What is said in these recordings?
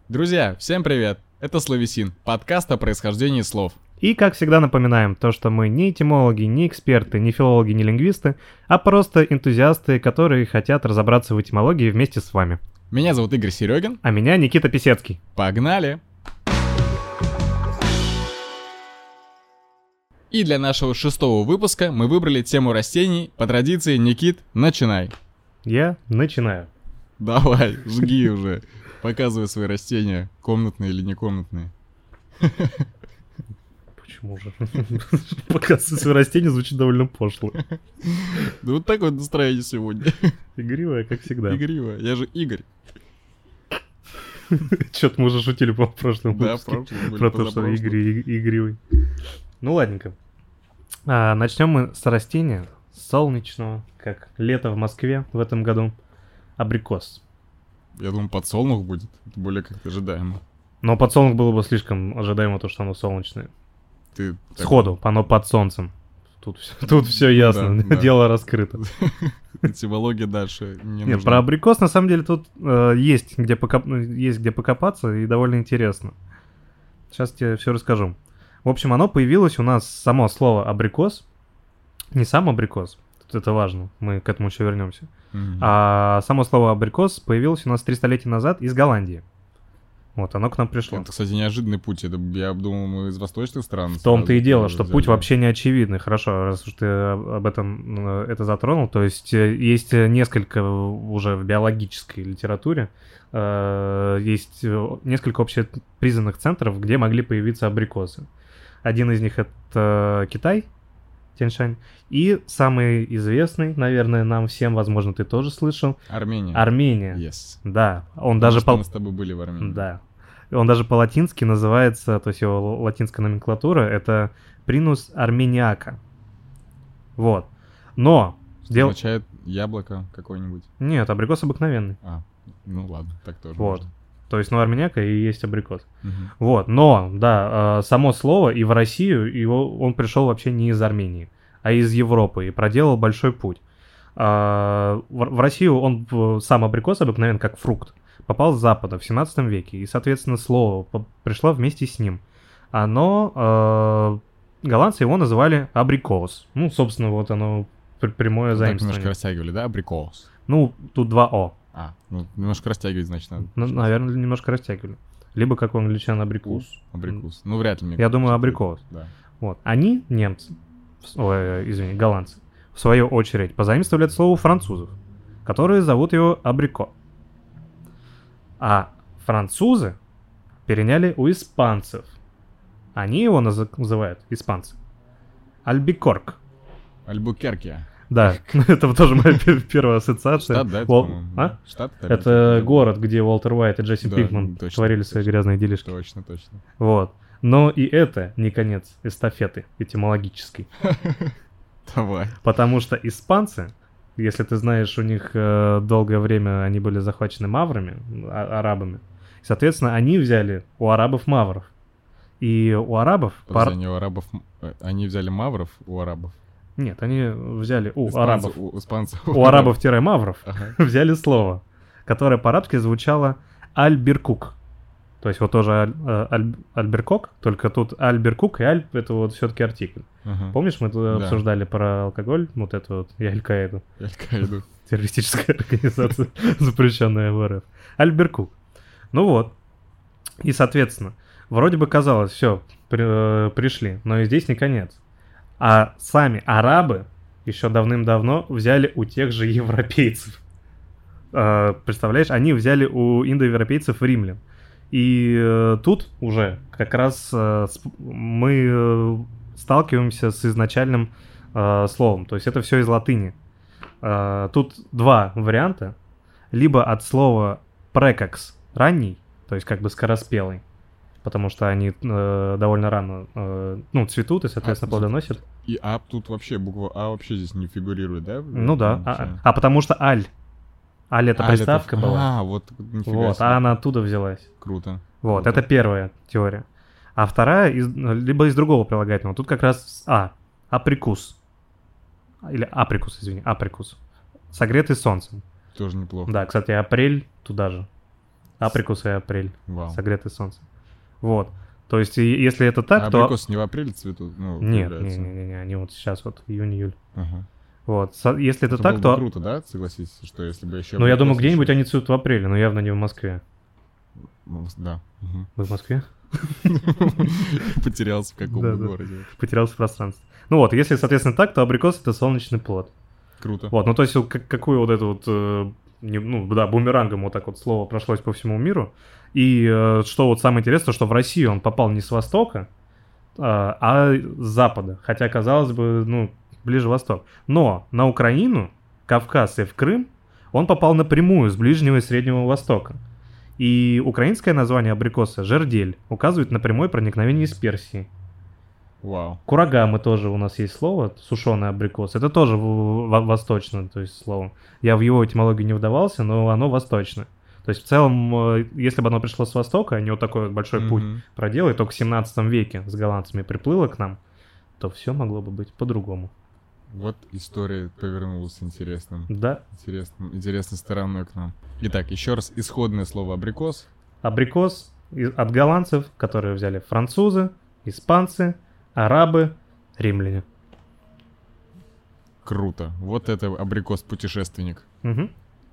Друзья, всем привет! Это Словесин, подкаст о происхождении слов. И, как всегда, напоминаем то, что мы не этимологи, не эксперты, не филологи, не лингвисты, а просто энтузиасты, которые хотят разобраться в этимологии вместе с вами. Меня зовут Игорь Серегин. А меня Никита Писецкий. Погнали! И для нашего 6-го выпуска мы выбрали тему растений. По традиции, Никит, начинай. Я начинаю. Давай, жги уже. Показывай свои растения, комнатные или не комнатные. Почему же? Показывать свои растения звучит довольно пошло. Да вот так вот настроение сегодня. Игривое, как всегда. Игривое. Я же Игорь. Чё-то мы уже шутили по прошлому выпуске. Да, в про то, что Игорь игривый. Ну ладненько. Начнем мы с растения солнечного, как лето в Москве в этом году. Абрикос. Я думаю, подсолнух будет. Это более как-то ожидаемо. Но подсолнух было бы слишком ожидаемо, то, что оно солнечное. Ты Сходу, оно под солнцем. Тут все ясно, да. дело раскрыто. Этимология дальше не Нет, нужна. про абрикос на самом деле тут есть где покопаться и довольно интересно. Сейчас тебе все расскажу. В общем, оно появилось у нас, само слово абрикос, не сам абрикос, это важно, мы к этому еще вернемся. А само слово абрикос появилось у нас 3 столетия назад из Голландии. Вот, оно к нам пришло. Это, кстати, неожиданный путь. Это, я думал, мы из восточных стран. В том-то и дело, что взяли. путь вообще не очевидный. Хорошо, раз уж ты об этом это затронул, то есть есть несколько уже в биологической литературе, есть несколько общепризнанных центров, где могли появиться абрикосы. Один из них это Китай, Тяньшань, и самый известный, наверное, нам всем, возможно, ты тоже слышал. Армения. Yes. Да, он Потому даже что мы с тобой были в Армении. Да. Он даже по-латински называется, то есть его латинская номенклатура, это Принус армениака. Вот. Но... Означает яблоко какое-нибудь? Нет, абрикос обыкновенный. Ну ладно, так тоже Вот. можно. То есть, армениака и есть абрикос. Угу. Вот, но, да, само слово и в Россию он пришел вообще не из Армении, а из Европы и проделал большой путь. В Россию он, сам абрикос обыкновен как фрукт, попал с Запада в 17 веке, и, соответственно, слово пришло вместе с ним. Голландцы его называли абрикос. Ну, собственно, вот оно прямое заимствование. Немножко растягивали, да, абрикос? Ну, тут 2 О. Немножко растягивать, значит, надо. Наверное, немножко растягивали. Либо, как у англичан, абрикус. Абрикус. Ну, вряд ли. Я думаю, абрикос. Да. Вот. Они, немцы, голландцы, в свою очередь, позаимствовали это слово у французов, которые зовут его абрико. А французы переняли у испанцев. Они его называют, испанцы, альбикорк. Альбукерке. Да, это тоже моя первая ассоциация. Штат, да, это, по-моему? Штат? Это город, где Уолтер Уайт и Джесси Пинкман творили свои грязные делишки. Точно. Вот. Но и это не конец эстафеты этимологической. Давай. Потому что испанцы, если ты знаешь, у них долгое время они были захвачены маврами, арабами. Соответственно, они взяли у арабов мавров. И у арабов... Они взяли мавров у арабов? Нет, они взяли у арабов. У арабов-мавров взяли слово, которое по-арабски звучало альбиркук. То есть вот тоже альберкок, только тут альберкук и альб это вот все-таки артикль. Помнишь, мы тут обсуждали про алкоголь, вот это вот, и Аль-Каиду. Террористическая организация, запрещенная в РФ. Альберкук. Ну вот. И, соответственно, вроде бы казалось, все, пришли, но и здесь не конец. А сами арабы еще давным-давно взяли у тех же европейцев. Представляешь, они взяли у индоевропейцев римлян. И тут уже как раз мы сталкиваемся с изначальным словом. То есть это все из латыни. Тут 2 варианта. Либо от слова прекакс — ранний, то есть как бы скороспелый. Потому что они довольно рано цветут и, соответственно, плодоносят. И тут вообще буква А вообще здесь не фигурирует, да? Ну да. Потому что аль. Аль это приставка была. Вот нифига себе. А она оттуда взялась. Круто. Вот, это первая теория. А вторая либо из другого прилагательного. Тут как раз априкус. Или априкус, извини, априкус. Согретый солнцем. Тоже неплохо. Да, кстати, апрель туда же. Априкус и апрель. Вау. Согретый солнцем. Вот. То есть, если это так, А то... абрикосы не в апреле цветут? Ну, Нет, появляются? не, они вот сейчас вот июнь-июль. Ага. Вот. Если это Это так, было то... бы круто, да, согласитесь, что если бы еще... Ну, я думаю, абрикосы где-нибудь еще- они цветут в апреле, но явно не в Москве. Ну, да. Мгм. Вы в Москве? Потерялся в каком-то Да-да. городе. Потерялся в пространстве. Ну вот, если, соответственно, так, то абрикос — это солнечный плод. Круто. Вот, ну то есть вот какую вот эту вот, ну да, бумерангом вот так вот слово прошлось по всему миру. И что вот самое интересное, что в Россию он попал не с востока, а с запада. Хотя, казалось бы, ну, ближе восток. Но на Украину, Кавказ и в Крым он попал напрямую с Ближнего и Среднего Востока. И украинское название абрикоса жердель указывает на прямое проникновение из Персии. Вау. Курагамы тоже у нас есть слово, сушеный абрикос. Это тоже восточное, то есть слово. Я в его этимологию не вдавался, но оно восточное. То есть в целом, если бы оно пришло с востока, а не вот такой вот большой путь Мгм. проделал, и только в 17 веке с голландцами приплыло к нам, то все могло бы быть по-другому. Вот история повернулась интересным. Да, Интересной стороной к нам. Итак, еще раз, исходное слово абрикос. абрикос от голландцев, которые взяли французы, испанцы, арабы, римляне. Круто. Вот это абрикос-путешественник. Мгм.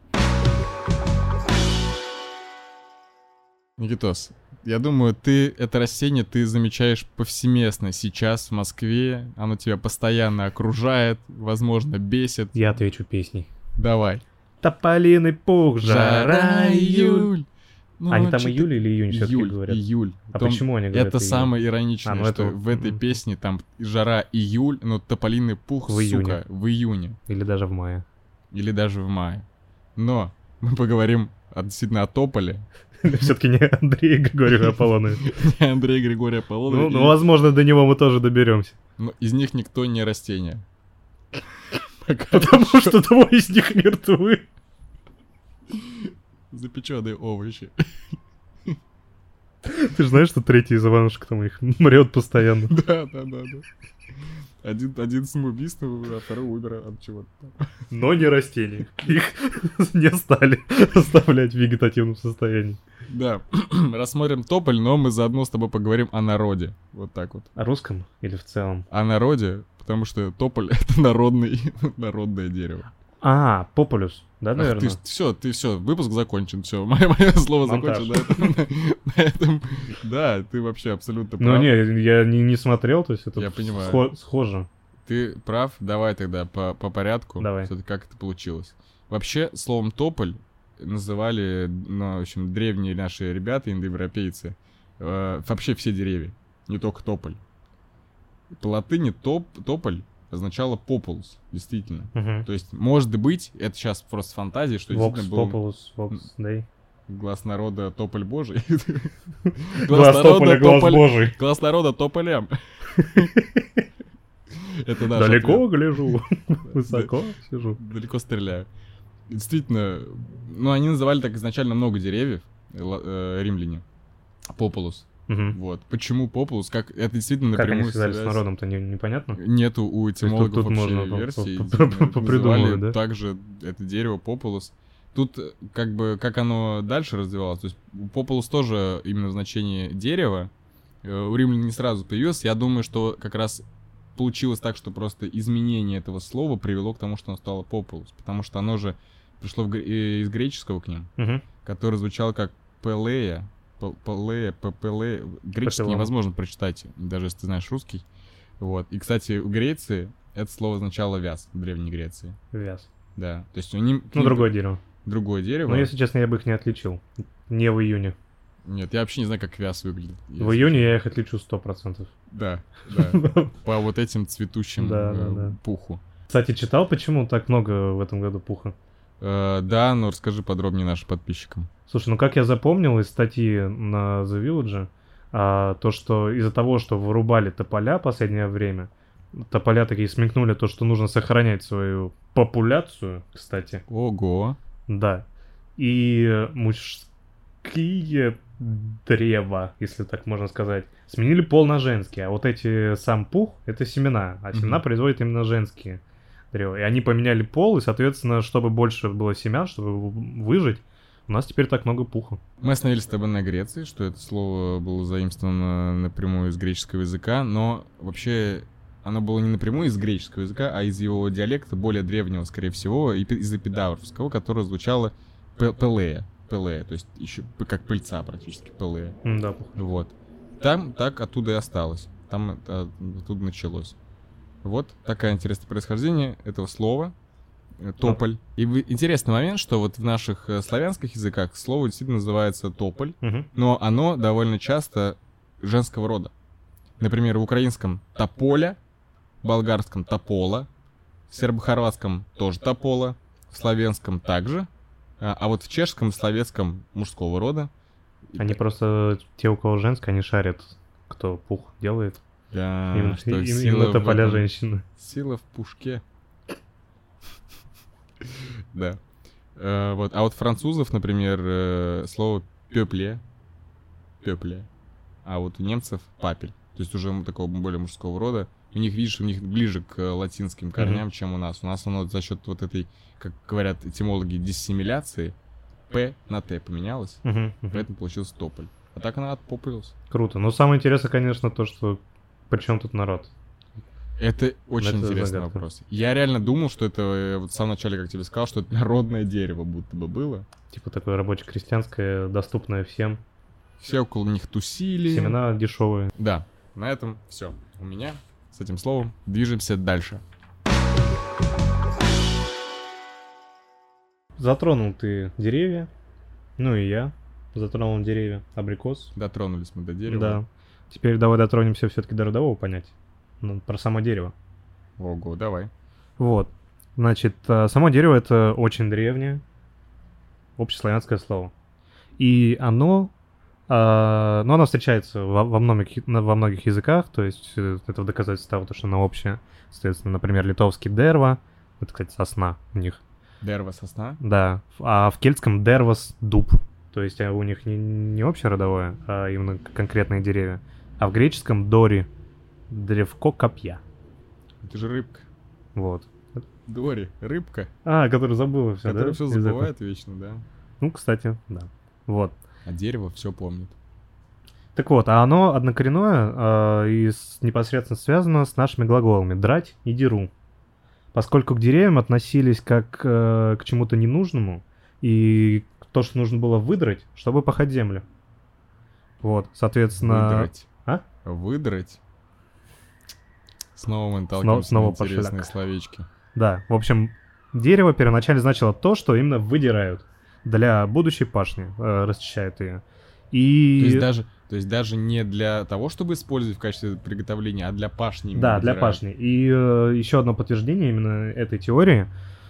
Никитос, я думаю, это растение ты замечаешь повсеместно сейчас в Москве. Оно тебя постоянно окружает, возможно, бесит. Я отвечу песней. Давай. Тополиный пух, жара, июль. Они там что-то- июль или июнь все-таки Июль, говорят? июль. А Том- почему они говорят Это июнь? самое ироничное, ну что это- в этой песне там жара июль, но тополиный пух, В сука, июне. в июне. Или даже в мае. Или даже в мае. Но мы поговорим действительно о тополе. Все-таки не Андрей Григорьев Аполлонович. Андрей Григорий Аполлонов. Ну, возможно, до него мы тоже доберемся. Но из них никто не растение. Потому что двое из них мертвы. Запеченные овощи. Ты же знаешь, что третий из Иванушек там их мрет постоянно. Да. Один самоубийство, а второй умер от чего-то. Но не растения. Их не стали оставлять в вегетативном состоянии. Да, рассмотрим тополь, но мы заодно с тобой поговорим о народе. Вот так вот. О русском или в целом? О народе, потому что тополь — это народное дерево. А, популюс, да, Ах, наверное? ты все, выпуск закончен, все, мое слово Монтаж. закончено. На этом, да, ты вообще абсолютно Ну прав. не, я не смотрел, то есть это Я понимаю. схоже. Ты прав, давай тогда по порядку. Давай. Всё-таки как это получилось. Вообще, словом тополь называли, ну, в общем, древние наши ребята, индоевропейцы, вообще все деревья, не только тополь. По латыни тополь означало популус, действительно. Мгм. То есть, может быть, это сейчас просто фантазия, что Вокс действительно был популус, вокс дей. глаз народа тополь божий. Глаз тополя, глаз божий. Глаз народа тополем. Это наш Далеко ответ. гляжу, высоко сижу. Далеко стреляю. Действительно, ну, они называли так изначально много деревьев, римляне. Популус. Мгм. Вот. Почему популус? Как это действительно Как они напрямую связались с связь. народом-то непонятно. Нету у этимологов тут вообще можно версий. попридумывать, Называли да? также это дерево популус. Тут как бы как оно дальше развивалось. То есть популус тоже именно в значении дерева. У римлян не сразу появилось. Я думаю, что как раз получилось так, что просто изменение этого слова привело к тому, что оно стало популус. Потому что оно же пришло из греческого к ним, Мгм. который звучал как пелея. Пелея. Греческий Папиллон. невозможно прочитать, даже если ты знаешь русский. Вот. И, кстати, у Греции это слово означало вяз, в Древней Греции. Вяз. Да. То есть у них... Ну, другое дерево. Другое дерево. Но, если честно, я бы их не отличил. Не в июне. Нет, я вообще не знаю, как вяз выглядит. В июне я их отличу 100%. Да. По вот этим цветущим Да. пуху. Кстати, читал, почему так много в этом году пуха? Да, но расскажи подробнее нашим подписчикам. Слушай, ну как я запомнил из статьи на The Village, то, что из-за того, что вырубали тополя в последнее время, тополя такие смекнули то, что нужно сохранять свою популяцию, кстати. Ого. Да. И мужские древа, если так можно сказать, сменили пол на женский. А вот эти сам пух — это семена. А семена Мгм. производят именно женские древа. И они поменяли пол, и, соответственно, чтобы больше было семян, чтобы выжить, У нас теперь так много пуха. Мы остановились с тобой на Греции, что это слово было заимствовано напрямую из греческого языка, но вообще оно было не напрямую из греческого языка, а из его диалекта, более древнего, скорее всего, из эпидавровского, которое звучало пелея, то есть еще как пыльца практически, пелея. Да, пуха. Вот. Там так оттуда и осталось, там оттуда началось. Вот такое интересное происхождение этого слова. Тополь. И интересный момент, что вот в наших славянских языках слово действительно называется тополь, но оно довольно часто женского рода. Например, в украинском тополя, в болгарском топола, в сербо-хорватском тоже топола, в славянском также, а вот в чешском и словецком мужского рода. Они просто, те, у кого женское, они шарят, кто пух делает. Да, именно тополя женщины. Сила в пушке. Да. Вот. А вот французов, например, слово пёпле, а вот у немцев папель. То есть уже такого более мужского рода. У них, видишь, у них ближе к латинским корням, чем у нас. У нас оно за счет вот этой, как говорят этимологи, диссимиляции, П на Т поменялось, поэтому получился тополь. А так она отпопылилась. Круто. Но самое интересное, конечно, то, что при чем тут народ? Это очень интересный вопрос. Я реально думал, что это, вот в самом начале, как тебе сказал, что это народное дерево будто бы было. Типа такое рабоче-крестьянское, доступное всем. Все около них тусили. Семена дешевые. Да, на этом все. У меня с этим словом движемся дальше. Затронул ты деревья, ну и я затронул деревья, абрикос. Дотронулись мы до дерева. Да. Теперь давай дотронемся все-таки до родового понятия. Про само дерево. Ого, давай. Вот. Значит, само дерево — это очень древнее общеславянское слово. И оно встречается во многих языках, то есть это в доказательство того, что оно общее. Соответственно, например, литовский дерва, это, кстати, сосна у них. Дерва сосна? Да. А в кельтском дервас дуб. То есть у них не общеродовое, а именно конкретные деревья. А в греческом дори. Древко копья. Это же рыбка. Вот. Дори, рыбка. Которая забыла все, да? Которая все забывает вечно, да. Ну, кстати, да. Вот. А дерево все помнит. Так вот, а оно однокоренное и непосредственно связано с нашими глаголами «драть» и «деру». Поскольку к деревьям относились как к чему-то ненужному, и то, что нужно было выдрать, чтобы пахать землю. Вот, соответственно... Выдрать. А? Выдрать. Снова мы наталкиваемся на интересные словечки. Да, в общем, дерево первоначально значило то, что именно выдирают для будущей пашни, расчищают ее. И... То есть даже не для того, чтобы использовать в качестве приготовления, а для пашни. Да, для пашни. И еще одно подтверждение именно этой теории,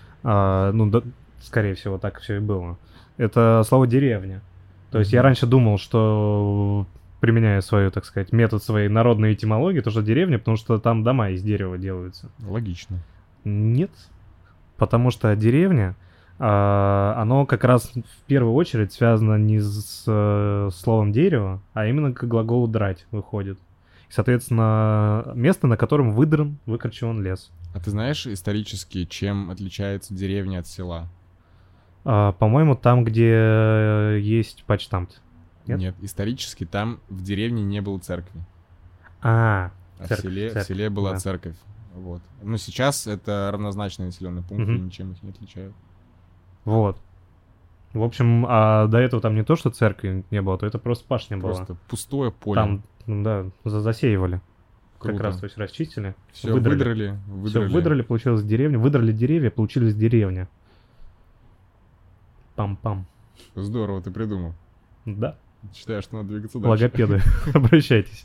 скорее всего, так все и было, это слово «деревня». То есть я раньше думал, что, применяя свою, так сказать, метод своей народной этимологии, то, что деревня, потому что там дома из дерева делаются. Логично. Нет, потому что деревня, оно как раз в первую очередь связано не с словом «дерево», а именно к глаголу «драть» выходит. И, соответственно, место, на котором выкорчеван лес. А ты знаешь исторически, чем отличается деревня от села? По-моему, там, где есть почтамт. Нет, исторически там в деревне не было церкви. В селе была церковь. Вот. Но сейчас это равнозначные населенные пункты, и ничем их не отличают. Вот. В общем, до этого там не то, что церкви не было, то это просто пашня была. Просто пустое поле. Там, да, засеивали. Круто. Как раз, то есть расчистили. Все выдрали. Все выдрали, получилась деревня. Выдрали деревья, получилась деревня. Пам-пам. Здорово, ты придумал. Да. Считаю, что надо двигаться дальше. Логопеды, обращайтесь.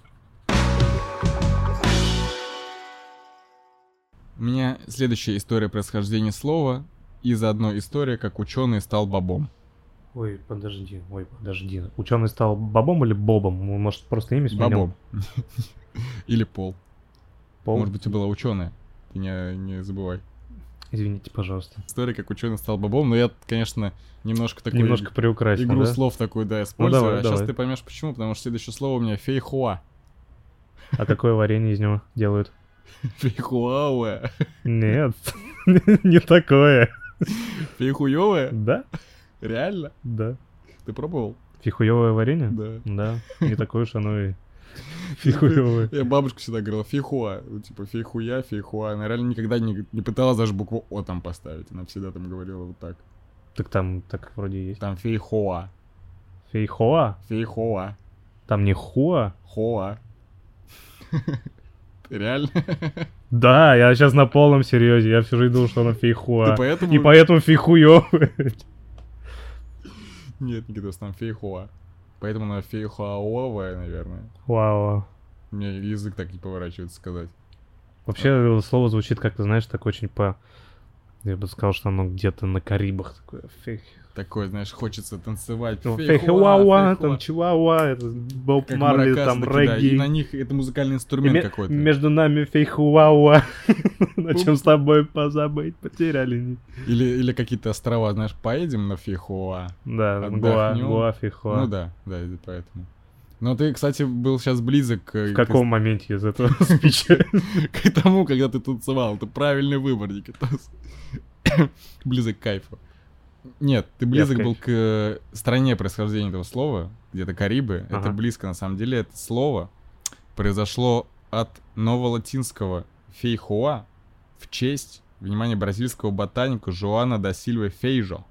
У меня следующая история происхождения слова, и заодно история, как ученый стал бобом. Ой, подожди. Ученый стал бобом или бобом? Может, просто имя сменил? Бобом. Или Пол. Пол? Может быть, и была ученая. Ты не забывай. Извините, пожалуйста. История, как ученый стал бобом, но я, конечно, немножко приукрасил, игру да? слов такую, да, использую. Давай. Сейчас ты поймешь почему, потому что следующее слово у меня фейхуа. А какое варенье из него делают? Фейхуауэ. Нет, не такое. Фейхуёвое? Да? Реально? Да. Ты пробовал? Фихуевое варенье? Да. Да. Не такое уж оно и фихуевое. Я бабушка всегда говорила фихуа. Ну, типа фихуя, фихуа. Она реально никогда не пыталась даже букву О там поставить. Она всегда там говорила вот так. Так там так вроде есть. Там фейхоа. Фейхоа? Фейхоа. Там не хуа? Хоа. Ты реально? Да, я сейчас на полном серьезе. Я все же думал, что оно фейхуа. Ты поэтому... И поэтому фихуевое. Нет, Никитос, там фейхоа. Поэтому она фейхоаовая, наверное. Вау. У меня язык так не поворачивается сказать. Вообще слово звучит как-то, знаешь, так очень по... Я бы сказал, что оно где-то на Карибах такое. Такое, знаешь, хочется танцевать. Фейхуа, там чуауа, это Боб Как Марли, маракасы там такие, да. И регги. на них это музыкальный инструмент какой-то. Между нами фейхуауа. На чем с тобой позабыть, потеряли нить. Или какие-то острова, знаешь, поедем на фейхоа. Да, Отдохнем. Гоа, фейхуа. Ну да, поэтому. Но ты, кстати, был сейчас близок В каком моменте из этого спича? к тому, когда ты танцевал. Это правильный выбор, Никитос. Близок к кайфу. Нет, ты близок был к стране происхождения этого слова, где-то Карибы. Ага. Это близко, на самом деле. Это слово произошло от новолатинского фейхоа в честь, внимание, бразильского ботаника Жоана да Сильва Фейжо.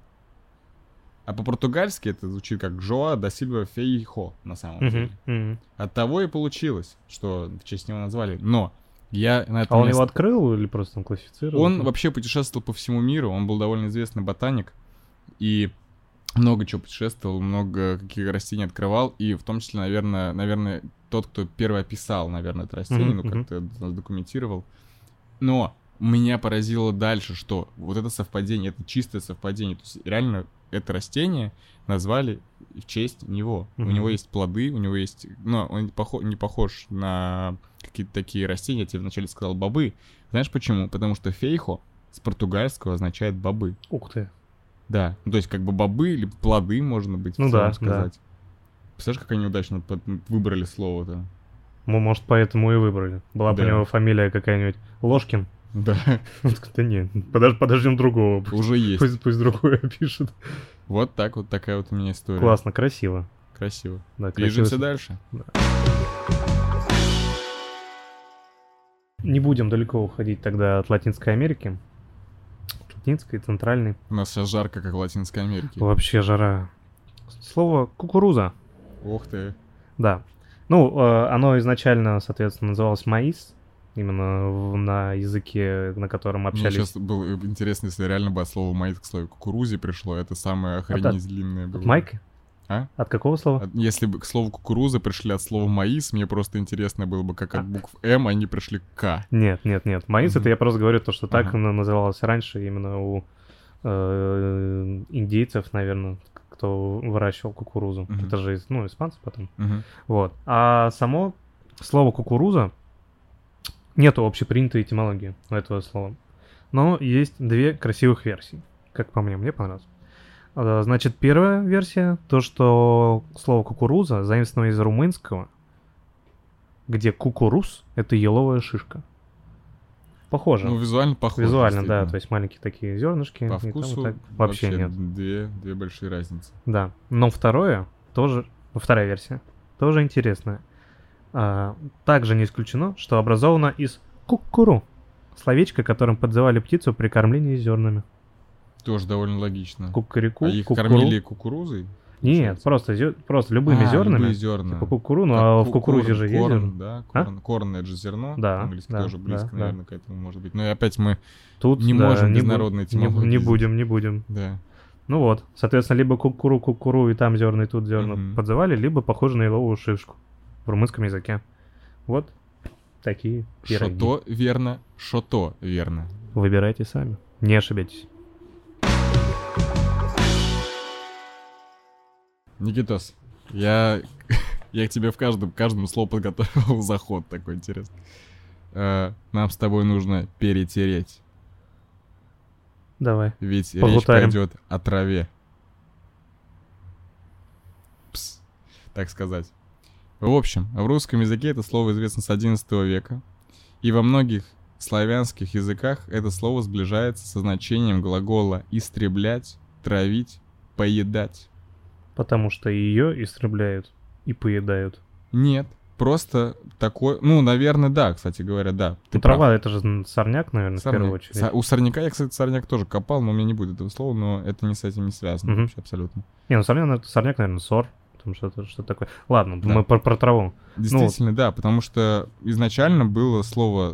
А по-португальски это звучит как Жоа да Сильва Фейхо, на самом деле. От того и получилось, что в честь него назвали. Но я на этом А он его открыл или просто там классифицировал? Он вообще путешествовал по всему миру, он был довольно известный ботаник, и много чего путешествовал, много каких растений открывал, и в том числе, наверное, тот, кто первый описал, наверное, это растение, ну, как-то документировал. Но меня поразило дальше, что вот это совпадение, это чистое совпадение, то есть реально это растение назвали в честь него. У него есть плоды, у него есть... Ну, он не похож на какие-то такие растения, я тебе вначале сказал бобы. Знаешь почему? Потому что фейхо с португальского означает бобы. Ух ты. Да, ну, то есть как бы бобы или плоды, можно быть, ну, в целом да, сказать. Да. Представляешь, как они удачно выбрали слово-то? Ну, может, поэтому и выбрали. Была бы у него фамилия какая-нибудь Ложкин. Да. Да нет, подождем другого. Уже есть. Пусть другое пишет. Вот так вот, такая вот у меня история. Классно, красиво. Красиво. Да, Движемся дальше. Да. Не будем далеко уходить тогда от Латинской Америки. Латинской, Центральной. У нас сейчас жарко, как в Латинской Америке. Вообще жара. Слово кукуруза. Ух ты. Да. Ну, оно изначально, соответственно, называлось маис. Именно на языке, на котором общались. Мне сейчас было интересно, если реально бы от слова маис к слову кукурузе пришло. Это самое охренеть длинное было. От майки? А? От какого слова? Если бы к слову кукуруза пришли от слова маис, мне просто интересно было бы, как от букв М они пришли к К. Нет. Маис, это я просто говорю то, что так называлось раньше именно у индейцев, наверное, кто выращивал кукурузу. Это же, испанцы потом. Вот. А само слово кукуруза, нету общепринятой этимологии у этого слова. Но есть две красивых версии, как по мне понравилось. Значит, первая версия, то, что слово кукуруза заимствовано из румынского, где кукуруз — это еловая шишка. Похоже. Ну, визуально похоже. Визуально, да, то есть маленькие такие зернышки. По вкусу и там, и так. Вообще нет. Две большие разницы. Да, но вторая версия, тоже интересная. Также не исключено, что образована из кукуру, словечко, которым подзывали птицу при кормлении зернами. Тоже довольно логично. Кукурику, их кукуру. кормили кукурузой? Нет, просто любыми зернами. Любые зерна. Типа кукуру, а в кукурузе же есть корн, да, корн это же зерно. Да. Английский тоже близко, да, наверное, к этому может быть. Но и опять мы тут не можем без народной этимологии. Не будем. Да. Ну вот, соответственно, либо кукуру, и там зерна, и тут зерна подзывали, либо похоже на еловую шишку в румынском языке. Вот такие пироги. Шото верно. Выбирайте сами, не ошибетесь. Никитос, я к тебе в каждому слову подготовил заход такой интересный. Нам с тобой нужно перетереть. Давай. Ведь Поглутарим. Речь пойдет о траве. Пс, так сказать. В общем, в русском языке это слово известно с XI века. И во многих славянских языках это слово сближается со значением глагола «истреблять», «травить», поедать. Потому что ее истребляют и поедают. Нет, просто такой... Ну, наверное, да, кстати говоря, да. Ну, трава — это же сорняк, наверное, в первую очередь. У сорняка я, кстати, сорняк тоже копал, но у меня не будет этого слова, но это не с этим не связано вообще абсолютно. Не, ну сорняк, наверное, сор. Потому что это что такое. Ладно, Да. мы про траву. Действительно, да, потому что изначально было слово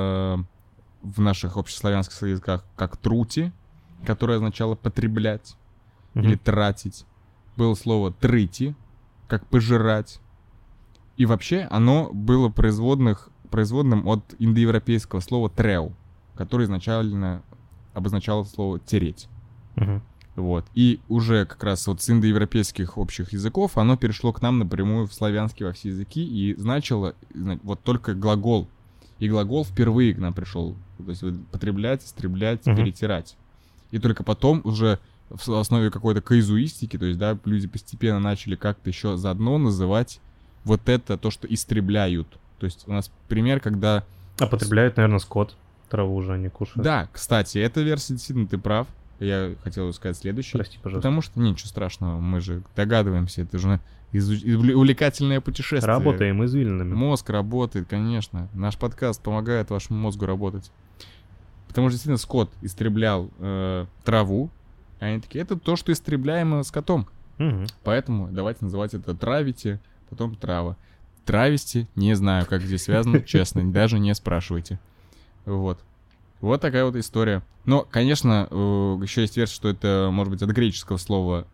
в наших общеславянских языках как трути, которое означало потреблять или тратить. Было слово трыти, как пожирать. И вообще оно было производным от индоевропейского слова треу, которое изначально обозначало слово тереть. Вот. И уже как раз вот с индоевропейских общих языков оно перешло к нам напрямую в славянские во все языки и значило вот только глагол. И глагол впервые к нам пришел. То есть потреблять, истреблять, перетирать. И только потом уже в основе какой-то казуистики, то есть, да, люди постепенно начали как-то еще заодно называть вот это то, что истребляют. То есть у нас пример, когда... А потребляют, наверное, скот. Траву уже они кушают. Да, кстати, эта версия действительно, ты прав. Я хотел сказать следующее. Прости, пожалуйста. Потому что ничего страшного, мы же догадываемся, это же увлекательное путешествие. Работаем извилинами. Мозг работает, конечно. Наш подкаст помогает вашему мозгу работать. Потому что действительно скот истреблял траву, а они такие, это то, что истребляемо скотом. Поэтому давайте называть это травите, потом трава. Трависти, не знаю, как здесь связано, честно, даже не спрашивайте. Вот. Вот такая вот история. Но, конечно, еще есть версия, что это, может быть, от греческого слова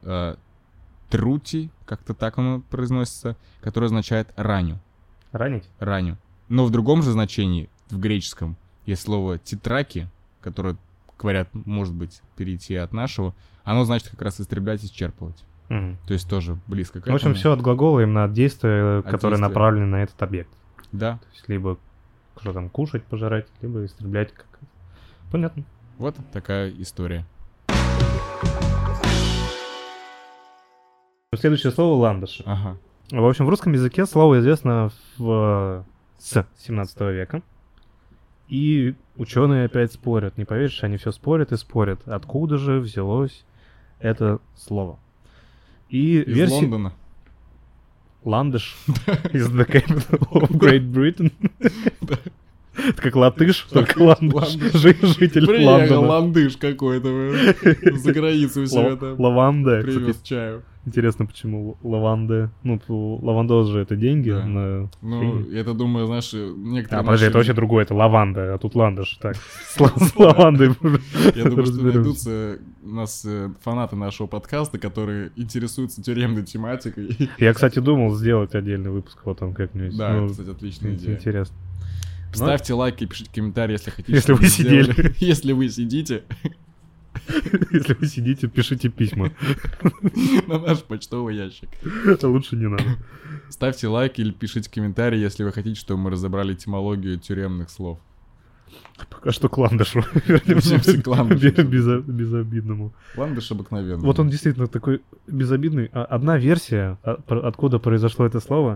трути, как-то так оно произносится, которое означает раню. Ранить? Раню. Но в другом же значении, в греческом, есть слово тетраки, которое, говорят, может быть, перейти от нашего. Оно значит как раз истреблять, исчерпывать. То есть тоже близко к этому. В общем, все от глагола, именно от действия, которое действия. направлено на этот объект. Да. То есть либо что там, кушать, пожирать, либо истреблять. Понятно. Вот такая история. Следующее слово — ландыш. Ага. В общем, в русском языке слово известно с 17 века. И ученые опять спорят. Не поверишь, они все спорят и спорят. Откуда же взялось это слово? И Из Лондона. Ландыш is the capital of Great Britain. Это как латыш, только ландыш. Житель Приехал Лондона. ландыш какой-то за границу у себя там. Лаванда. Привез Кстати, чаю. интересно, почему лаванда. Ну, лавандоз же это деньги. Да. На Ну, деньги. я-то думаю, знаешь, некоторые... Подожди, это наши- вообще другое, это лаванда, а тут ландыш. Так, с лавандой Я думаю, что разберемся. найдутся у нас фанаты нашего подкаста, которые интересуются тюремной тематикой. Я, кстати, думал сделать отдельный выпуск вот там как-нибудь. Да, Ну, это, кстати, отличная идея. интересно. Ставьте лайки, пишите комментарии, если хотите. Если чтобы вы мы сделали. сидели. Если вы сидите Если вы сидите, пишите письма. на наш почтовый ящик. Это лучше не надо. Ставьте лайки или пишите комментарии, если вы хотите, чтобы мы разобрали этимологию тюремных слов. Пока что к ландышу. Вернемся к ландышу. Безобидному. Ландыш обыкновенный. Вот он действительно такой безобидный. Одна версия, откуда произошло это слово,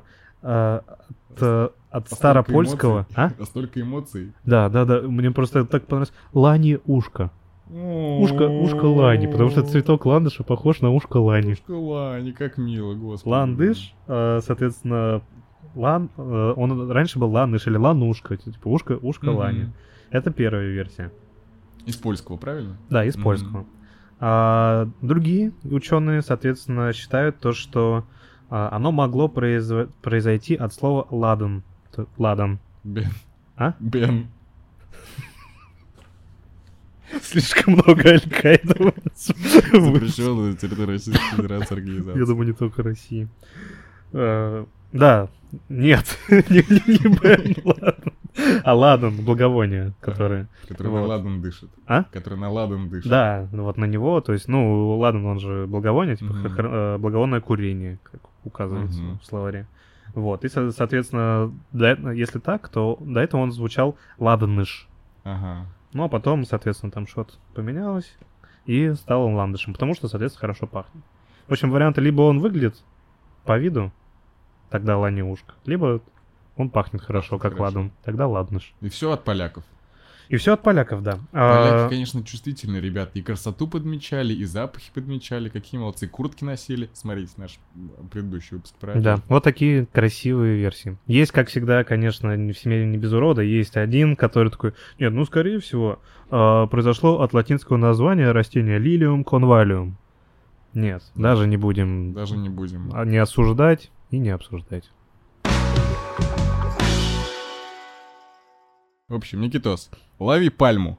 от старопольского. А столько эмоций. Да. Мне просто это так понравилось. Лани ушко. Ушко лани, потому что цветок ландыша похож на ушко лани. Ушко лани, как мило, господи. Ландыш, соответственно, он раньше был ландыш или ланушка, типа ушко лани. Это первая версия. Из польского, правильно? Да, из польского. А другие ученые, соответственно, считают то, что оно могло произойти от слова ладан. Ладан. Бен. А? Бен. Слишком много аль-Каида. Запрещенная на территории Российской Федерации организация. Я думаю, не только России. Да, нет, не Бен, ладан. А ладан, благовоние, которое... Который на ладан дышит. А? Который на ладан дышит. Да, вот на него, то есть, ну, ладан, он же благовоние, типа благовонное курение, как указывается в словаре. Вот, и, соответственно, если так, то до этого он звучал ладаныш. Ага. Ну, а потом, соответственно, там что-то поменялось, и стал он ландышем, потому что, соответственно, хорошо пахнет. В общем, варианты: либо он выглядит по виду, тогда лани ушко, либо он пахнет хорошо, как ладан, тогда ладныш. И все от поляков. И все от поляков, да. Поляки, конечно, чувствительные ребята. И красоту подмечали, и запахи подмечали. Какие молодцы. Куртки носили. Смотрите наш предыдущий выпуск про Да, одежду. вот такие красивые версии. Есть, как всегда, конечно, в семье не без урода. Есть один, который такой, нет, ну, скорее всего, произошло от латинского названия растения Lilium convallium. Нет, Да. даже не будем Даже не будем. не осуждать и не обсуждать. В общем, Никитос, лови пальму.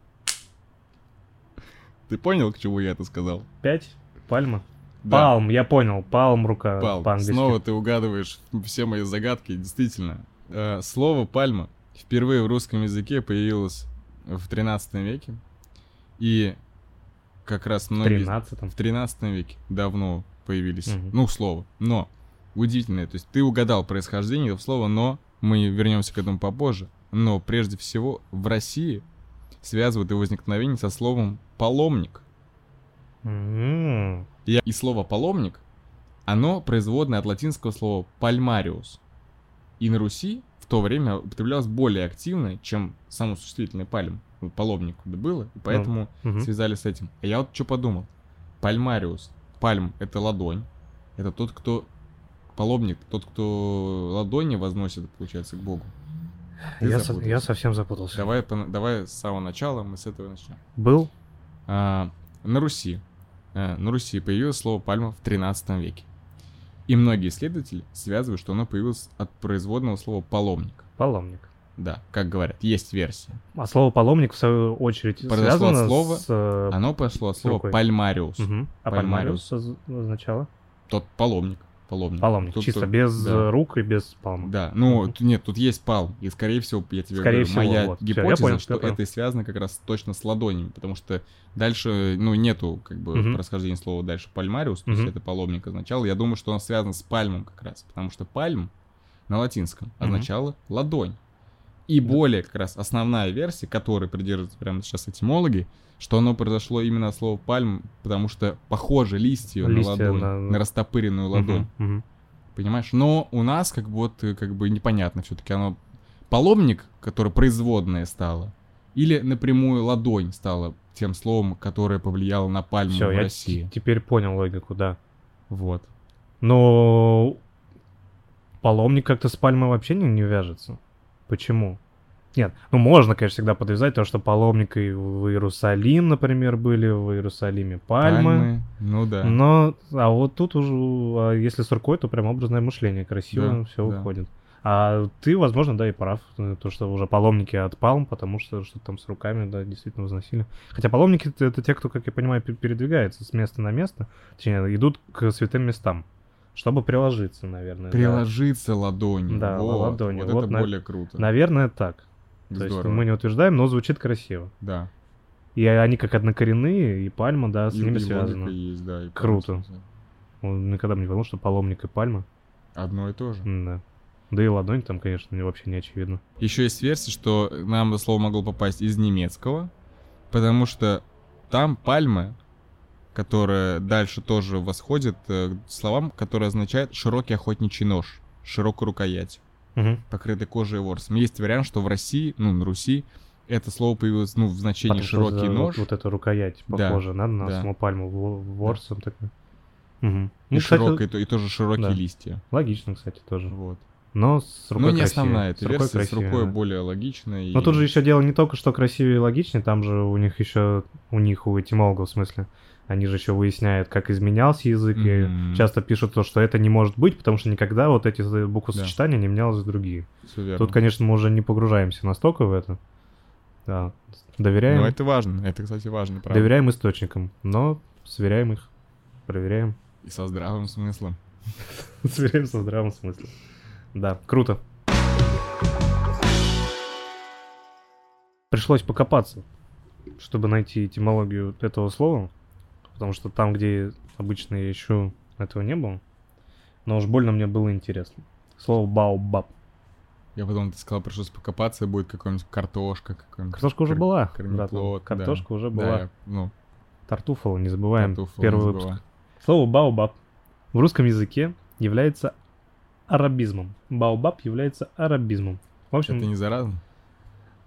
Ты понял, к чему я это сказал? 5. Пальма. Да. Палм, я понял. Палм рука Палм. по-английски. Снова ты угадываешь все мои загадки. Действительно, слово пальма впервые в русском языке появилось в 13 веке. И как раз многие... 13-м. В 13 веке давно появились, Мгм. ну, слово. Но, удивительное, то есть ты угадал происхождение этого слова, но мы вернемся к этому попозже. Но прежде всего в России связывают его возникновение со словом «паломник». М. И слово «паломник», оно производное от латинского слова «пальмариус». И на Руси в то время употреблялось более активно, чем само существительное «пальм». Вот «паломник» было, и поэтому Мгм. связали с этим. А я вот что подумал. Пальмариус. Пальм — это ладонь. Это тот, кто... Паломник, тот, кто ладони возносит, получается, к Богу. Ты Я запутался. совсем запутался. Давай с самого начала, мы с этого начнем. Был? На Руси появилось слово пальма в 13 веке. И многие исследователи связывают, что оно появилось от производного слова паломник. Паломник. Да, как говорят, есть версия. А слово паломник, в свою очередь, Произошло от связано слова- с... Оно пошло от слова рукой. пальмариус. Мгм. А Пальмариус. пальмариус означало? Тот паломник. Паломник. Паломник. Тут- Чисто тут- без да. рук и без палмы. Да, ну, Мгм. нет, тут есть палм, и, скорее всего, я тебе Скорее говорю, всего, моя вот. Всё, я гипотеза, понял, что я понял. это и связано как раз точно с ладонями, потому что дальше, ну, нету, как бы, Мгм. происхождения слова дальше пальмариус, то есть Мгм. это паломник означало, я думаю, что он связан с пальмом как раз, потому что пальм на латинском означало ладонь. И более, как раз, основная версия, которой придерживаются прямо сейчас этимологи, что оно произошло именно от слова пальм, потому что похоже листья на Листья ладонь, на- на растопыренную ладонь. Мгм. Мгм. Понимаешь? Но у нас как бы вот как бы непонятно все-таки оно паломник, который производное стало, или напрямую ладонь стала тем словом, которое повлияло на пальму Всё, в я России. теперь понял логику, да. Вот. Но паломник как-то с пальмой вообще не вяжется. Почему? Нет, ну можно, конечно, всегда подвязать то, что паломник и в Иерусалим, например, были, в Иерусалиме пальмы. Ну да. Но, а вот тут уже, если с рукой, то прям образное мышление, красиво Да, все да. выходит. А ты, возможно, да, и прав, то, что уже паломники от палм, потому что что-то там с руками, да, действительно возносили. Хотя паломники это те, кто, как я понимаю, передвигается с места на место, точнее, идут к святым местам, чтобы приложиться, наверное. да. Приложиться ладонью. Да, вот, ладонью. Вот Вот это более круто. Наверное, так. То есть Здорово. мы не утверждаем, но звучит красиво. Да. И они как однокоренные, и пальма, да, с И- ними и связаны. логика есть, да. и Круто. правильно. Никогда бы не подумал, что паломник и пальма. Одно и то же. Да. Да и ладонь там, конечно, вообще не очевидно. Еще есть версия, что нам это слово могло попасть из немецкого, потому что там пальма, которая дальше тоже восходит к словам, которые означают широкий охотничий нож, широкую рукоять, Мгм. покрытый кожей и ворсом. Есть вариант, что в России, ну, на Руси, это слово появилось, ну, в значении Потому что широкий нож Вот эта рукоять Да, похожа на да. саму пальму ворсом такой. Мгм. и, Ну, кстати, широкий, и тоже широкие да. листья. Логично, кстати, тоже. Вот. Но с Но рукой не красивее. основная эта С рукой версия, с красивее, рукой да. более логичная. Но и- тут же еще дело не только, что красивее и логичнее, там же у них еще, у этимологов, в смысле, они же еще выясняют, как изменялся язык, и Мгм. часто пишут то, что это не может быть, потому что никогда вот эти буквосочетания не менялось в другие. Всё верно. Тут, конечно, мы уже не погружаемся настолько в это. Да. Доверяем, Но это важно, это, кстати, важно, правда. доверяем источникам, но сверяем их, проверяем. И со здравым смыслом. Сверяем со здравым смыслом. Да, круто. Пришлось покопаться, чтобы найти этимологию этого слова, потому что там, где обычно я ищу, этого не было. Но уж больно мне было интересно. Слово «баобаб». Я потом, ты сказал, пришлось покопаться, и будет какая-нибудь картошка, какой-нибудь... Картошка уже была. корнеплод, братан. Картошка да. уже Да, была. я, ну, Тартуфало, не забываем. Тартуфало Первый не выпуск. забывай. Слово «баобаб» в русском языке является арабизмом. «Баобаб» является арабизмом. В общем, Это не заразно?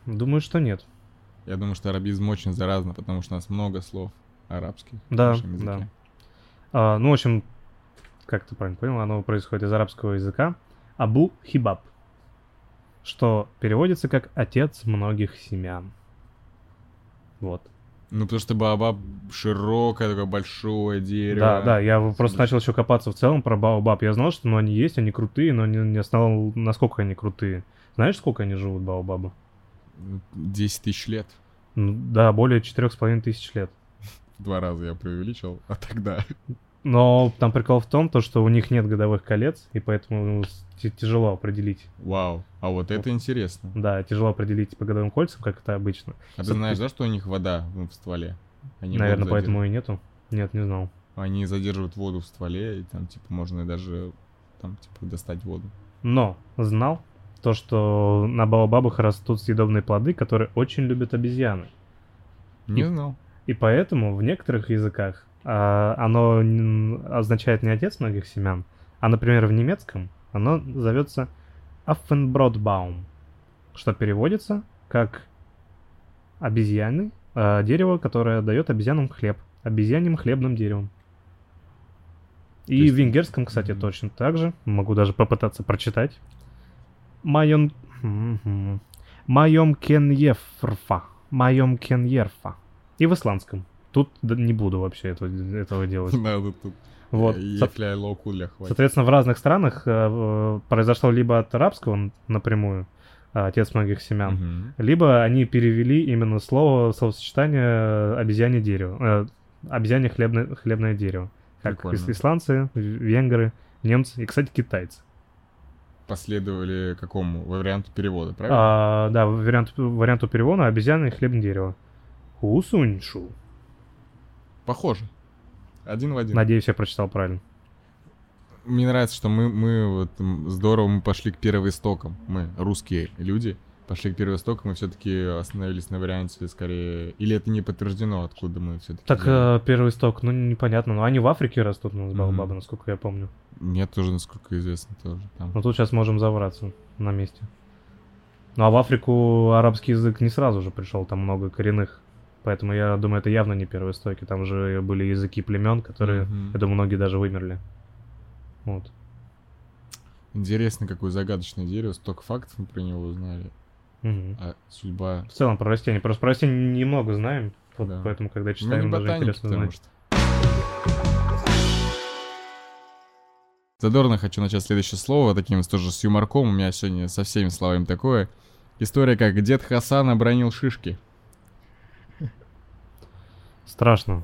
Думаю, что нет. Я думаю, что арабизм очень заразно, потому что у нас много слов арабских в Да, нашем языке. да. Ну, в общем, как ты правильно понял, оно происходит из арабского языка. Абу Хибаб, что переводится как «отец многих семян». Вот. Ну, потому что Баобаб широкое, такое большое дерево. Да, я просто начал еще копаться в целом про Баобаб. Я знал, что они есть, они крутые, но не знал, насколько они крутые. Знаешь, сколько они живут, Баобабы? 10 тысяч лет. Да, более 4500 лет. В 2 раза я преувеличил, а тогда... Но там прикол в том, что у них нет годовых колец, и поэтому тяжело определить. Вау, а вот это интересно. Да, тяжело определить по годовым кольцам, как это обычно. А ты знаешь, да, что у них вода в стволе? Они наверное, поэтому и нету. Нет, не знал. Они задерживают воду в стволе, и там, типа, можно даже, там, типа, достать воду. Но знал то, что на баобабах растут съедобные плоды, которые очень любят обезьяны. Не знал. И поэтому в некоторых языках оно означает не отец многих семян, а, например, в немецком оно зовется Affenbrotbaum, что переводится как обезьяны, дерево, которое дает обезьянам хлеб, обезьяньим хлебным деревом. И в венгерском, кстати, точно так же. Могу даже попытаться прочитать. Майом кеньерфа. Майом кеньерфа. И в исландском. Тут не буду вообще этого делать. Надо тут. Вот. Соответственно, в разных странах произошло либо от арабского напрямую, отец многих семян, либо они перевели именно словосочетание обезьяне дерево, обезьяне хлебное дерево. Как исландцы, венгры, немцы и, кстати, китайцы. Последовали какому варианту перевода, правильно? Да, варианту перевода обезьяны и хлебное дерево. Хусуньшу. Похоже. Один в один. Надеюсь, я прочитал правильно. Мне нравится, что мы вот здорово мы пошли к первоистокам. Мы, русские люди, пошли к первоистокам и все-таки остановились на варианте скорее... Или это не подтверждено, откуда мы все-таки... Так, первоисток, непонятно. Но они в Африке растут у нас, баобабы, насколько я помню. Нет, тоже, насколько известно, тоже там. Ну, тут сейчас можем завраться на месте. Ну, а в Африку арабский язык не сразу же пришел, там много коренных. Поэтому я думаю, это явно не первоистоки. Там же были языки племен, которые, я думаю, многие даже вымерли. Вот. Интересно, какое загадочное дерево. Столько фактов мы про него узнали. А судьба... В целом про растения. Просто про растения немного знаем. Вот да. Поэтому, когда читаем, даже интересно знать. Что... Задорно хочу начать следующее слово, таким тоже с юморком. У меня сегодня со всеми словами такое. История, как дед Хасан обронил шишки. Страшно.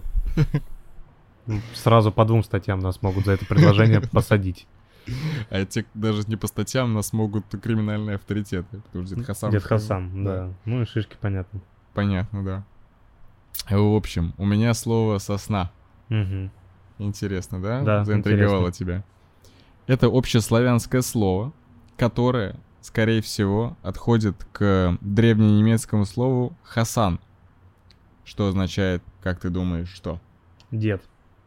Сразу по 2 статьям нас могут за это предложение посадить. А те даже не по статьям нас могут криминальные авторитеты. Потому что дед Хасан... Дед Хасан, да. Ну и шишки, понятно. Понятно, да. В общем, у меня слово «сосна». Интересно, да? Да, заинтриговало тебя. Это общеславянское слово, которое, скорее всего, отходит к древненемецкому слову «хасан». Что означает, как ты думаешь, что? Дед.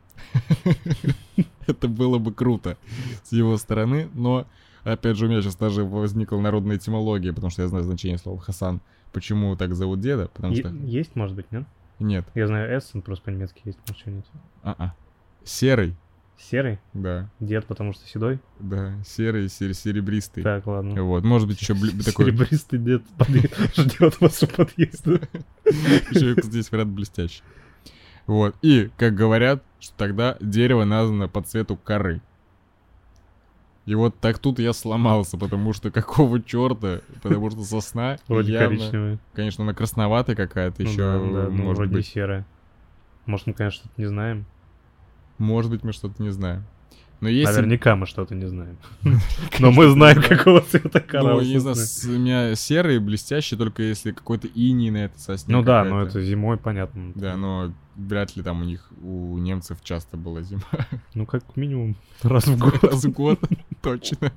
Это было бы круто с его стороны, но, опять же, у меня сейчас даже возникла народная этимология, потому что я знаю значение слова «хасан». Почему так зовут деда? Потому что... Есть, может быть, нет? Нет. Я знаю «эссен», просто по-немецки есть, может, что нет. Серый. Серый? Да. Дед, потому что седой? Да, серый, серебристый. Так, ладно. Вот, может быть, еще такой... Серебристый дед ждет вас у подъезда. Еще здесь вариант блестящий. Вот, и, как говорят, что тогда дерево названо по цвету коры. И вот так тут я сломался, потому что какого черта? Потому что сосна вроде явно... коричневая. Конечно, она красноватая какая-то еще, да, может вроде быть. серая. Может, мы, конечно, что-то не знаем. Может быть, мы что-то не знаем. Но если... Наверняка мы что-то не знаем. Но мы знаем, какого цвета кора. Ну, не знаю, у меня серый, блестящий, только если какой-то иней на этой сосне. Ну да, но это зимой, понятно. Да, но вряд ли там у немцев часто была зима. Ну, как минимум, раз в год. Раз в год, точно.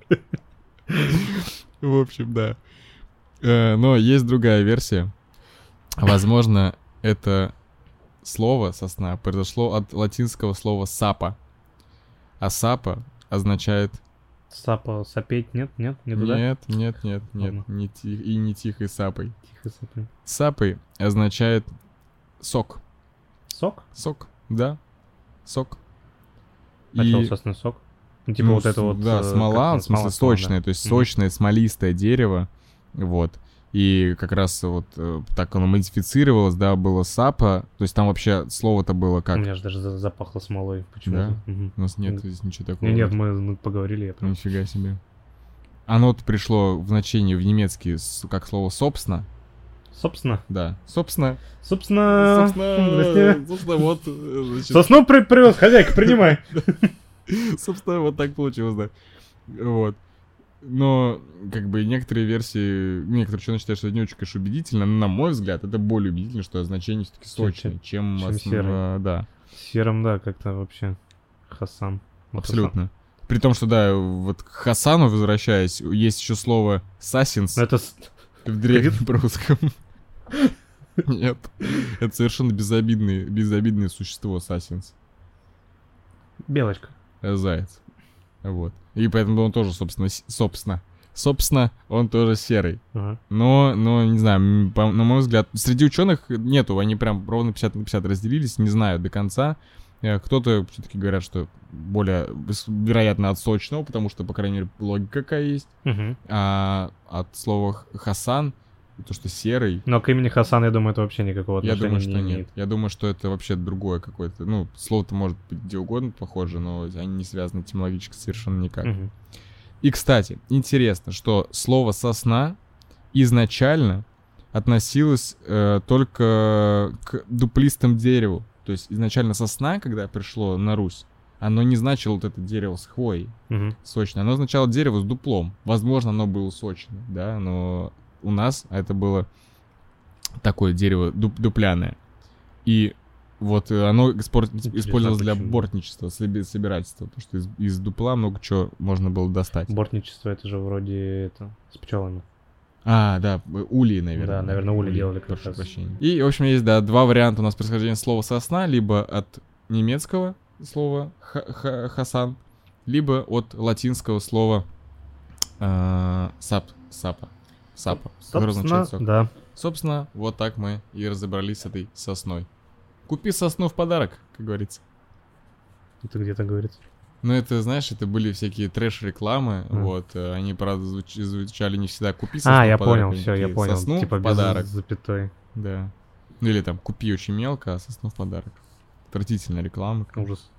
В общем, да. Но есть другая версия. Возможно, это слово «сосна» произошло от латинского слова «сапа». А «сапа» означает Сапа, сапеть, нет, не туда? Нет, Ладно. и не тихой сапой. Тихо сапи. Сапой означает сок. Сок? Сок, да, сок. А что, собственно, сок? Ну, типа ну, вот это вот... Да, смола, в смысле сочное, да. то есть сочное, смолистое дерево, вот. И как раз вот так оно модифицировалось, да, было сапа, то есть там вообще слово-то было У как... меня же даже запахло смолой почему-то. Да? Мгм. У нас нет здесь ничего такого. Нет, мы поговорили. Я прям... Нифига себе. Оно пришло в значении в немецкий как слово «собственно». Собственно. Да. Собственно, Здрасте. вот... Сосну привез, хозяйка, принимай. Собственно, вот так получилось, да. Вот. Но, как бы, некоторые версии... Некоторые ученые считают, что это не очень, конечно, убедительно, но, на мой взгляд, это более убедительно, что значение все-таки сочное, чем серый. да. Серым, да, как-то вообще Хасан. Абсолютно. При том, что, да, вот к Хасану возвращаясь, есть еще слово «сасинс» Это... в древнем русском. Нет, это совершенно безобидное существо «сасинс». Белочка. Заяц. Вот. И поэтому он тоже, собственно, он тоже серый. Ага. Но, не знаю, на мой взгляд, среди ученых нету, они прям ровно 50 на 50 разделились, не знаю до конца. Кто-то все-таки говорят, что более вероятно от сочного, потому что, по крайней мере, логика какая есть. Угу. А от слова Хасан, то, что серый. Но к имени Хасан, я думаю, это вообще никакого Я отношения думаю, что не нет. имеет. Я думаю, что это вообще другое какое-то. Ну, слово-то может быть где угодно похоже, но они не связаны этимологически совершенно никак. Угу. И, кстати, интересно, что слово «сосна» изначально относилось только к дуплистому дереву. То есть изначально сосна, когда пришло на Русь, оно не значило вот это дерево с хвоей сочное. Оно означало дерево с дуплом. Возможно, оно было сочное, да, но у нас это было такое дерево дупляное. И вот оно использовалось для бортничества, собирательства, потому что из дупла много чего можно было достать. Бортничество, это же вроде это, с пчелами. А, да, ульи, наверное. Да, наверное, ульи делали как прошу раз. прощения. И, в общем, есть, да, два варианта у нас происхождения слова «сосна», либо от немецкого слова «хасан», либо от латинского слова «сапа», который означает сок. Да. Собственно, вот так мы и разобрались с этой сосной. Купи сосну в подарок, как говорится. Это где-то говорится. Ну, это, знаешь, это были всякие трэш-рекламы, вот, они, правда, звучали не всегда «купи сосну в я подарок». понял, все, я понял. Сосну типа в подарок. без запятой. Да. Ну, или там «купи очень мелко, а сосну в подарок». Отвратительная реклама. Ужас.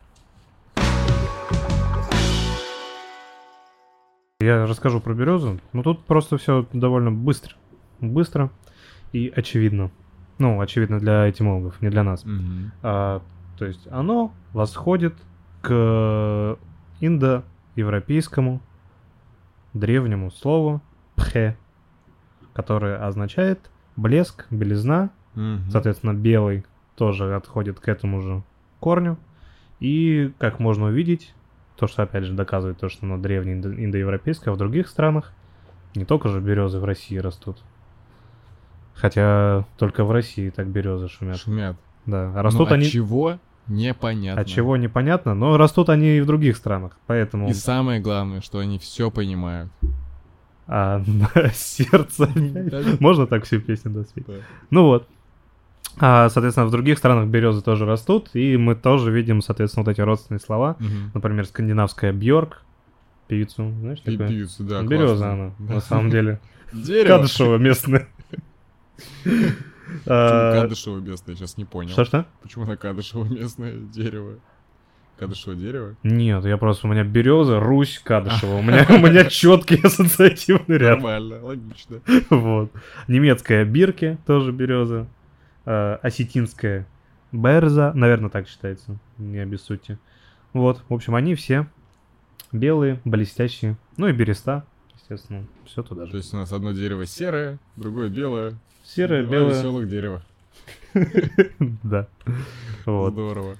Я расскажу про березу. Ну, тут просто все довольно быстро. Быстро и очевидно. Ну, очевидно для этимологов, не для нас. То есть оно восходит к индоевропейскому древнему слову «пхе», которое означает блеск, белизна. Соответственно, белый тоже отходит к этому же корню. И, как можно увидеть, то, что опять же доказывает то, что оно древнее индоевропейское, в других странах не только же березы в России растут. Хотя только в России так березы шумят. Да. А растут они... От чего? Непонятно. От чего непонятно, но растут они и в других странах, поэтому... И самое главное, что они все понимают. А сердце... Можно так всю песню доспеть? Ну вот. Соответственно, в других странах березы тоже растут, и мы тоже видим, соответственно, вот эти родственные слова. Например, скандинавская Бьорк, певицу, знаешь, такое? Певицу, да, береза она, на самом деле. Дерево. Кадышева местная. Почему Кадышева местное, я сейчас не понял. Что? Почему на Кадышева местное дерево? Кадышево дерево? Нет, у меня береза, Русь, Кадышева. У меня четкий ассоциативный ряд. Нормально, логично. Вот. Немецкая Бирке, тоже береза. Осетинская Берза, наверное, так считается, не обессудьте. Вот, в общем, они все белые, блестящие. Ну и береста, естественно, все туда же. То есть у нас одно дерево серое, другое белое. Серое, два белое. веселых дерева. Да. Вот. Здорово.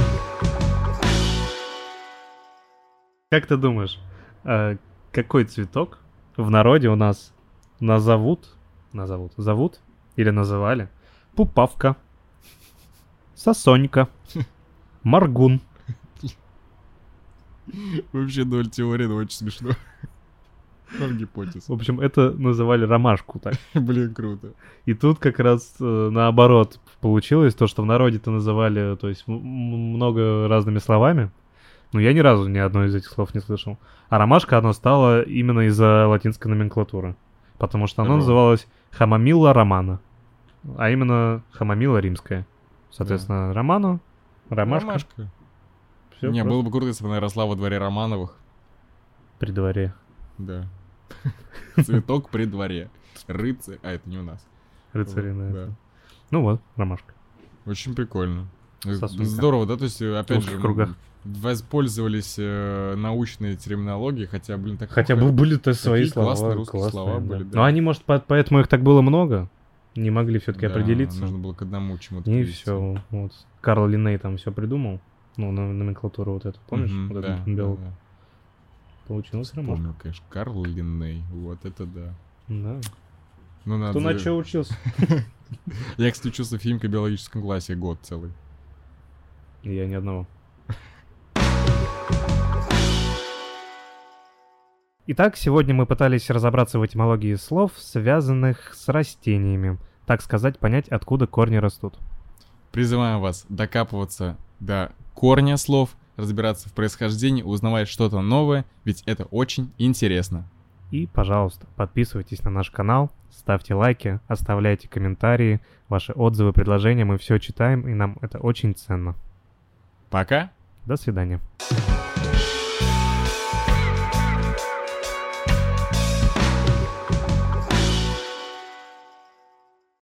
Как ты думаешь, какой цветок в народе у нас зовут или называли? Пупавка, сосонька, маргун. Вообще ноль теории, но очень смешно. Ноль гипотез. В общем, это называли ромашку так. Блин, круто. И тут как раз наоборот получилось, то, что в народе-то называли, то есть много разными словами. Но я ни разу ни одно из этих слов не слышал. А ромашка, оно стало именно из-за латинской номенклатуры. Потому что оно называлось хамомилла романа. А именно хамомилла римская. Соответственно, романо, ромашка. Всё не, было бы круто, если бы она росла во дворе Романовых. При дворе. Да. Цветок при дворе. Рыцарь. А, это не у нас. Рыцари, да. Ну вот, ромашка. Очень прикольно. Сосунка. Здорово, да? То есть, опять же, кругах. воспользовались научной терминологией, хотя, блин, так... Хотя бы были-то свои слова. Классные русские слова были, да. Но они, может, поэтому их так было много. Не могли все-таки Да, определиться. нужно было к одному чему-то И привести. все. Вот. Карл Линней там все придумал. Ну, номенклатуру вот эту, помнишь? Вот да, этот белок. да. Получилось ромашка. Помню, конечно. Карл Линней. Вот это да. Да. Ну, надо... Кто на что учился? Я, кстати, учился в химико-биологическом классе год целый. Я ни одного. Итак, сегодня мы пытались разобраться в этимологии слов, связанных с растениями. Так сказать, понять, откуда корни растут. Призываем вас докапываться до корня слов, разбираться в происхождении, узнавать что-то новое, ведь это очень интересно. И, пожалуйста, подписывайтесь на наш канал, ставьте лайки, оставляйте комментарии, ваши отзывы, предложения, мы все читаем, и нам это очень ценно. Пока! До свидания.